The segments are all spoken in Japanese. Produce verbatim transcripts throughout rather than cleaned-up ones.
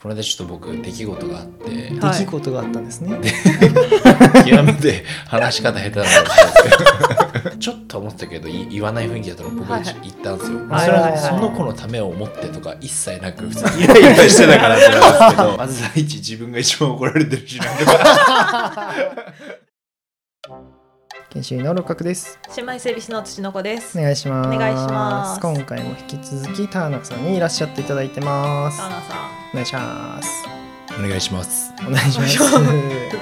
この間ちょっと僕出来事があって、はい、 出来事があったんですね。 極めて話し方下手なのかもしれないですけどちょっと思ったけど言わない雰囲気だったの僕が言ったんですよ、はいはい、それはその子のためを思ってとか一切なく普通にイライラしてたからってなんですけどまず第一自分が一番怒られてるしなとか研修医の六角です。 姉妹整備士の土の子です。 お願いします。 お願いします。 今回も引き続きターナーさんにいらっしゃっていただいてます。 ターナーさんお願いします。 お願いしますお願いします深いな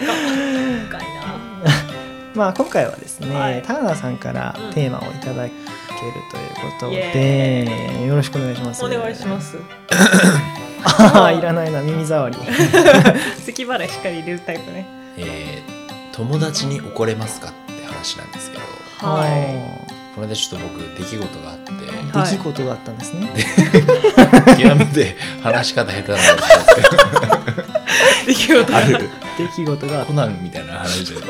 まあ今回はですね、はい、ターナーさんからテーマをいただけるということで、うん、よろしくお願いします。 お願いしますああいらないな耳障り咳払いしっかり入れるタイプね。 えー、友達に怒れますかって話なんですけど、 はい、 この間ちょっと僕出来事があって、 はい、出来事があったんですね。 極めて話し方下手なのかもしれないですけど出来事がある出来事がコナンみたいな話じゃない、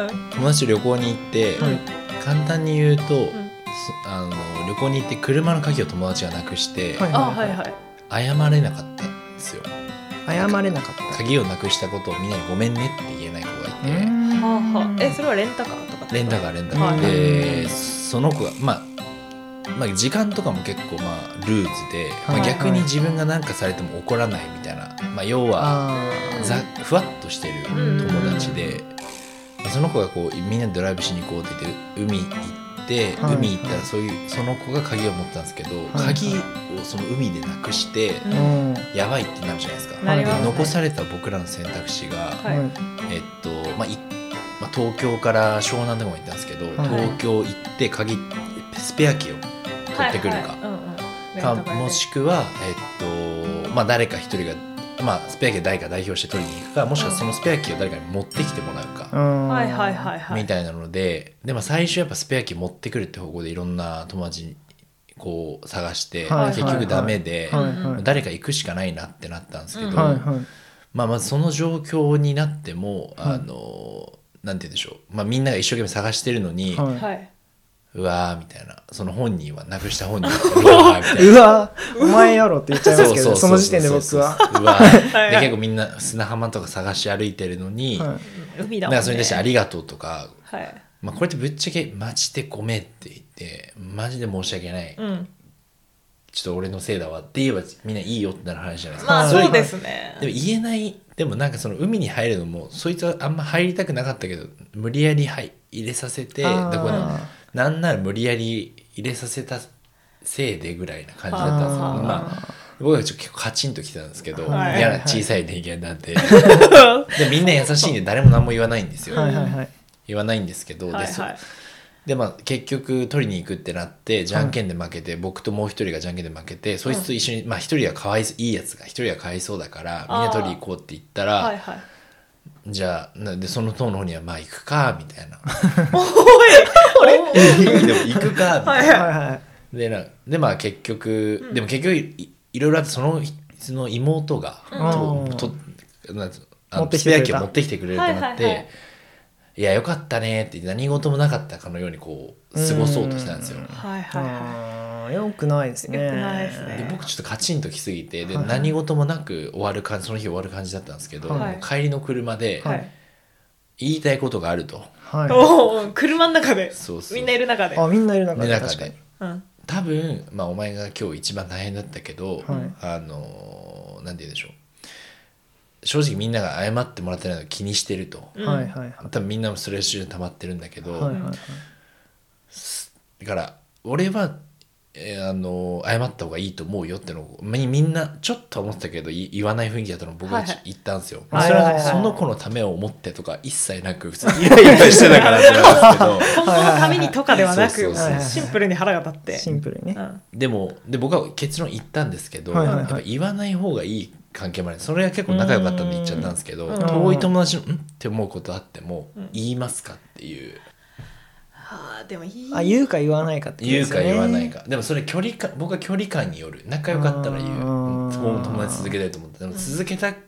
うん、 友達と旅行に行って、うん、簡単に言うと、うん、あの旅行に行って車の鍵を友達がなくして、 はいはいはいはい、謝れなかったんですよ。 謝れなかった鍵をなくしたことをみんなにごめんねって言えない子がいて、 はあはあ、えそれはレンタカーとかレンタカーレンタカー、はい、でその子が、まあ、まあ時間とかも結構まあルーズで、はいはい、まあ、逆に自分が何かされても怒らないみたいな、まあ、要はざふわっとしてる友達で、その子がこうみんなでドライブしに行こうって言って海行って、はい、海行ったらそういうその子が鍵を持ったんですけど、はい、鍵をその海でなくして、はい、やばいってなるじゃないですか、はい、で残された僕らの選択肢が、はい、えっとまあまあ、東京から湘南でも行ったんですけど、はい、東京行って鍵スペアキーを取ってくるか、はいはいうんうん、かもしくは、えっとまあ、誰か一人が、まあ、スペアキーを誰か代表して取りに行くか、もしくはそのスペアキーを誰かに持ってきてもらうか、うん、みたいなので、でも最初やっぱスペアキー持ってくるって方向でいろんな友達にこう探して、はい、結局ダメで、はいはい、誰か行くしかないなってなったんですけど、はいはい、まあ、まずその状況になっても、はい、あのなんて言うんでしょう、まあ、みんなが一生懸命探してるのに、はい、うわーみたいな、その本人はなくした本人はうわーみたいなうわーお前やろって言っちゃいますけどその時点で僕はうわーで結構みんな砂浜とか探し歩いてるのに、はい、海だもんね、なんかそれに対してありがとうとか、はい、まあ、これってぶっちゃけマジでごめんって言ってマジで申し訳ない、うん、ちょっと俺のせいだわって言えばみんないいよってなる話じゃないですか。 まあそうですね。 でも言えない、でもなんかその海に入るのもそいつはあんま入りたくなかったけど無理やり入れさせて、だからなんなら無理やり入れさせたせいでぐらいな感じだったんですけど、まあ僕はちょっと結構カチンときてたんですけど、はい、嫌な小さい人間なんで、はい、でみんな優しいんで誰も何も言わないんですよ、はいはいはい、言わないんですけど、はいはい、ででまあ、結局取りに行くってなってじゃんけんで負けて、はい、僕ともう一人がじゃんけんで負けて、そいつと一緒に、うん、まあ一人はかわいいいやつが一人はかわいそうだからみんな取りに行こうって言ったら、はいはい、じゃあでその党の方にはまあ行くかみたいなおいでも行くかみたいな、はいはいはい、でなでまあ結局、うん、でも結局 い, いろいろあってそのその妹が、うん、ととなんあのスペア機を持ってきてくれるってなって、はいはいはい、いやよかったねって何事もなかったかのようにこう過ごそうとしたんですよ。 はいはいはい。よくないですね。よくないですね。 で僕ちょっとカチンときすぎてで、はい、何事もなく終わる感じ、その日終わる感じだったんですけど、はい、帰りの車で、はい、言いたいことがあると。 はい、お車の中で。そうそう。みんないる中で。 あみんないる中で。 中で。うん、多分まあお前が今日一番大変だったけど、はい、あのなんて言うんでしょう。正直みんなが謝ってもらってないの気にしてると、うん、多分みんなもストレス溜まってるんだけど、はいはいはい、だから俺は、えー、あの謝った方がいいと思うよってのをみんなちょっと思ってたけど言わない雰囲気だったのを僕が言ったんですよ、はいはい、それはその子のためを思ってとか一切なく普通にイライラしてたからってなんですけど今後のためにとかではなくシンプルに腹が立ってシンプルにね、 うん、でもで僕は結論言ったんですけど、はいはいはい、やっぱ言わない方がいい関係もある。それは結構仲良かったんで言っちゃったんですけど、遠い友達のんって思うことあっても言いますかっていう、 はあ、でもいいあ言うか言わないかって言うか言わないか。でもそれ距離感、僕は距離感による。仲良かったら言う、友達続けたいと思って、でも続けた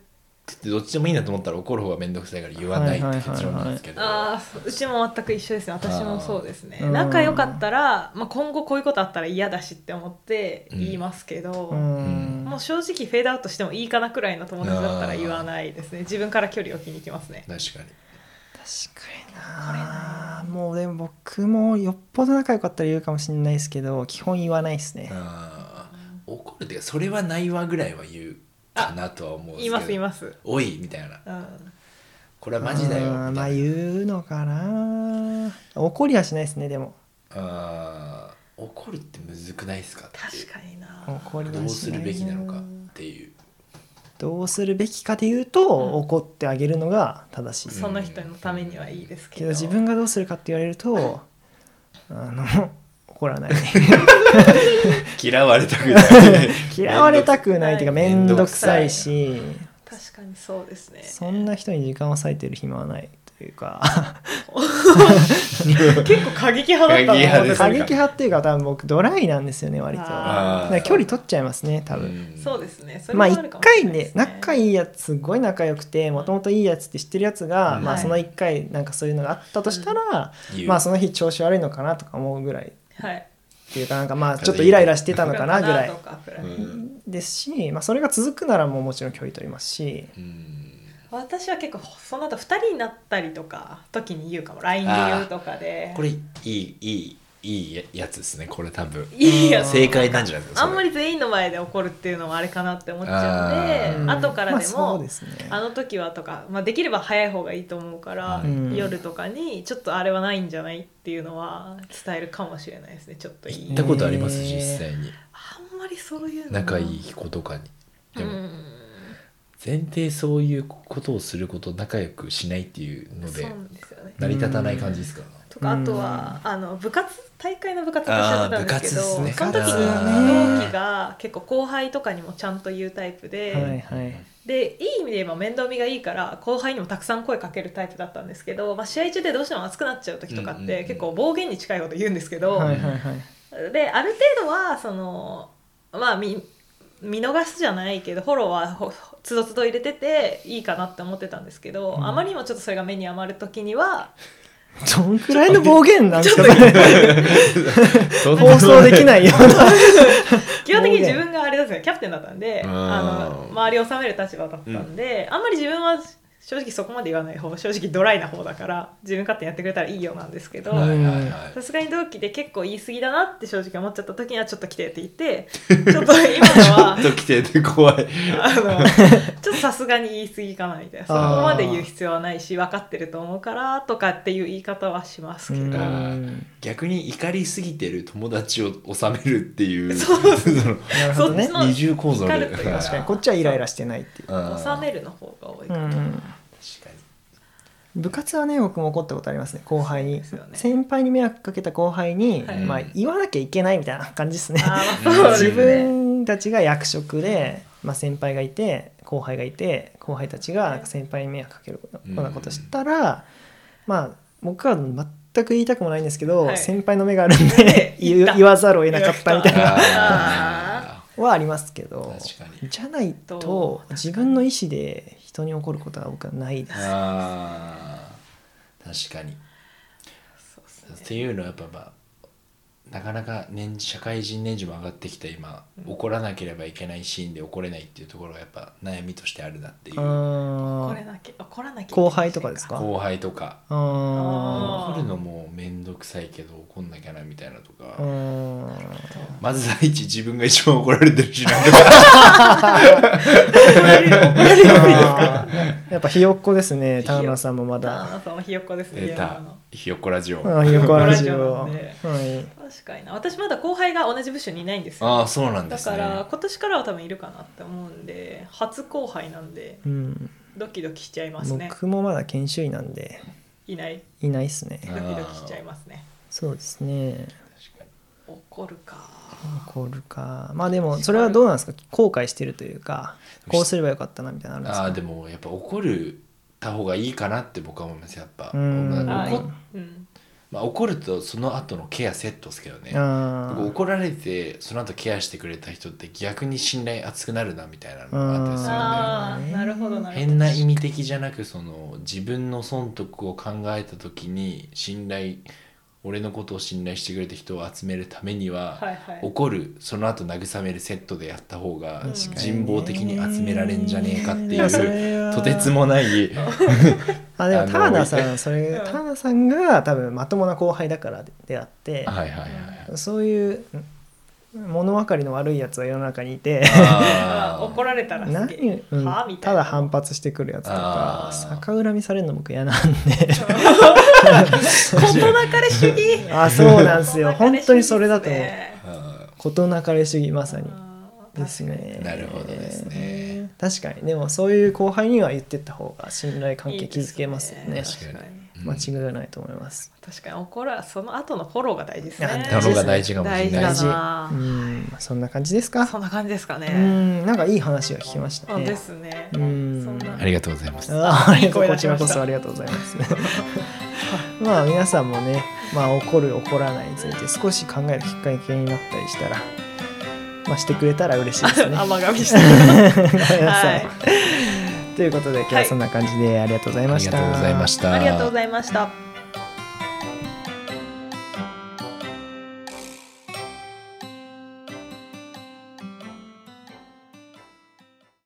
どっちでもいいなと思ったら怒る方が面倒くさいから言わないって結論なんですけど、 ああうちも全く一緒ですね。私もそうですね。 うん仲良かったら、まあ、今後こういうことあったら嫌だしって思って言いますけど、 うんもう正直フェードアウトしてもいいかなくらいの友達だったら言わないですね。自分から距離を置きに行きますね。 確かに確かにな。もうでも僕もよっぽど仲良かったら言うかもしれないですけど基本言わないですね。 あ怒るっていうかそれはないわぐらいは言うかなとは思うんですけど、 言います言います。 おいみたいな、 うん、 これはマジだよみたいな。 あまあ言うのかな。怒りはしないですね。でもあ怒るってむずくないですかっていう確かにな。 怒りはしない。 どうするべきなのかっていう。 どうするべきかで言うと、うん、怒ってあげるのが正しい。 その人のためにはいいですけど、 けど自分がどうするかって言われるとあの怒らない嫌われたくない嫌われたくないっていうか面倒くさいし、 確かにそうですね。 そんな人に時間を割いてる暇はないというか結構過激派だったの。 過激過激派っていうか多分僕ドライなんですよね割と。だから距離取っちゃいますね多分。 そうですね。 まあ一回ね仲いいやつすごい仲良くてもともといいやつって知ってるやつが、うん、まあその一回なんかそういうのがあったとしたら、うん、まあその日調子悪いのかなとか思うぐらい、 はい、 っていうかなんかまあちょっとイライラしてたのかなぐらいですし、まあそれが続くならもうもちろん距離取りますし。うん、 私は結構その後ふたりになったりとか時に言うかも。 ライン で言うとかでこれいいいいいいやつですね。これ多分いいやつ正解なんじゃないですか。 あんまり全員の前で怒るっていうのはあれかなって思っちゃうんで、後からでも、まあそうですね、あの時はとか、まあ、できれば早い方がいいと思うから、うん、夜とかにちょっとあれはないんじゃないっていうのは伝えるかもしれないですね。ちょっといい。 言ったことあります実際に。 あんまりそういうの仲いい子とかに。でも、うん前提そういうことをすること仲良くしないっていうので成り立たない感じですか。 とかあとはあの部活大会の部活とかしてたんですけど、 ね、 その時に同期が結構後輩とかにもちゃんと言うタイプで、 はいはい、 でいい意味で言えば面倒見がいいから後輩にもたくさん声かけるタイプだったんですけど、まあ、試合中でどうしても熱くなっちゃう時とかって結構暴言に近いこと言うんですけど、 はいはいはい、 である程度はそのまあみ見逃すじゃないけどフォローはつどつど入れてていいかなって思ってたんですけど、うん、あまりにもちょっとそれが目に余る時にはどんくらいの暴言なんですかね放送できないような基本的に自分があれですねキャプテンだったんであの周りを治める立場だったんで、うん、あんまり自分は正直そこまで言わない方正直ドライな方だから自分勝手にやってくれたらいいよなんですけど、さすがに同期で結構言い過ぎだなって正直思っちゃった時にはちょっと来てって言ってちょっと今のはちょっと来てって怖いあのちょっとさすがに言い過ぎかなみたいなそこまで言う必要はないし分かってると思うからとかっていう言い方はしますけど、 逆に怒りすぎてる友達を収めるっていうそうなるほどね二重構造で確かにこっちはイライラしてないっていう収めるの方が多いかな、うん、 確かに部活はね僕も怒ったことありますね後輩に、 ね、 先輩に迷惑かけた後輩に、 はいまあ、言わなきゃいけないみたいな感じですね、 そうですね自分たちが役職で、まあ、先輩がいて後輩がいて後輩たちがなんか先輩に迷惑かけるようなことしたら、うん、まあ僕は全く言いたくもないんですけど、はい、先輩の目があるんで言, 言わざるを得なかったみたいなはありますけど、じゃないと自分の意思で人に怒ることは僕はないです。 あ確かにそうです、ね、っていうのはやっぱ、まあ、なかなか年社会人年次も上がってきた今、うん、怒らなければいけないシーンで怒れないっていうところがやっぱ悩みとしてあるなっていう。 怒れなきゃ怒らなきゃ後輩とかですか。 後輩とかあ怒るのもめんどくさいけど怒んなきゃなみたいなとか、まず第一自分が一番怒られてるしなとか怒られる怒られるですか。 やっぱひよっこですね。田村さんもまだ。 田村さんもひよっこですね。 出たひよっこラジオ。 ひよっこラジオ。 はい。確かにな。私まだ後輩が同じ部署にいないんですよ。 ああそうなんですね。 だから今年からは多分いるかなって思うんで、初後輩なんで、うん、ドキドキしちゃいますね。 僕もまだ研修医なんで。 いない。 いないっすね。 ドキドキしちゃいますね。 そうですね。 確かに。怒るか。 怒るか。まあでもそれはどうなんですか。後悔してるというか、こうすればよかったなみたいなのあるんですか。 ああでもやっぱ怒るた方がいいかなって僕は思いますやっぱ。 うん。 まあ、怒うんまあ、怒るとその後のケアセットですけどね。僕怒られてその後ケアしてくれた人って逆に信頼厚くなるなみたいなのがあったりするんで、 ああなるほどうなる変な意味的じゃなくその自分の損得を考えた時に信頼俺のことを信頼してくれた人を集めるためには、 はいはい、 怒るその後慰めるセットでやった方がうん人望的に集められんじゃねえかっていいやそれうはとてつもないあでもあのターナーさんそれうんターナーさんが多分まともな後輩だからであってはいはいはいはいそういう物分かりの悪いやつは世の中にいてあー怒られたらす何げえ、 うんはみたいなただ反発してくるやつとかあー逆恨みされるの僕嫌なんで事なかれ主義あそうなんですよ本当にそれだと思うねあ事なかれ主義まさにうんですねなるほどですね確かにでもそういう後輩には言ってった方が信頼関係築けますよねいいですね確かに間違いないと思います確かに怒らその後のフォローが大事ですねいやフォローが大事かもしれない大事だなうんそんな感じですかそんな感じですかうねんなんかいい話が聞きましたねそうですねうんそんなありがとうございますあありがとういい声こ出しましたちらこそありがとうございますまあ皆さんもね、まあ、怒る怒らないについて少し考えるきっかけになったりしたら、まあ、してくれたら嬉しいですね甘噛みしてごめんなさいはいということで今日はそんな感じでありがとうございました、 ありがとうございましたありがとうございました。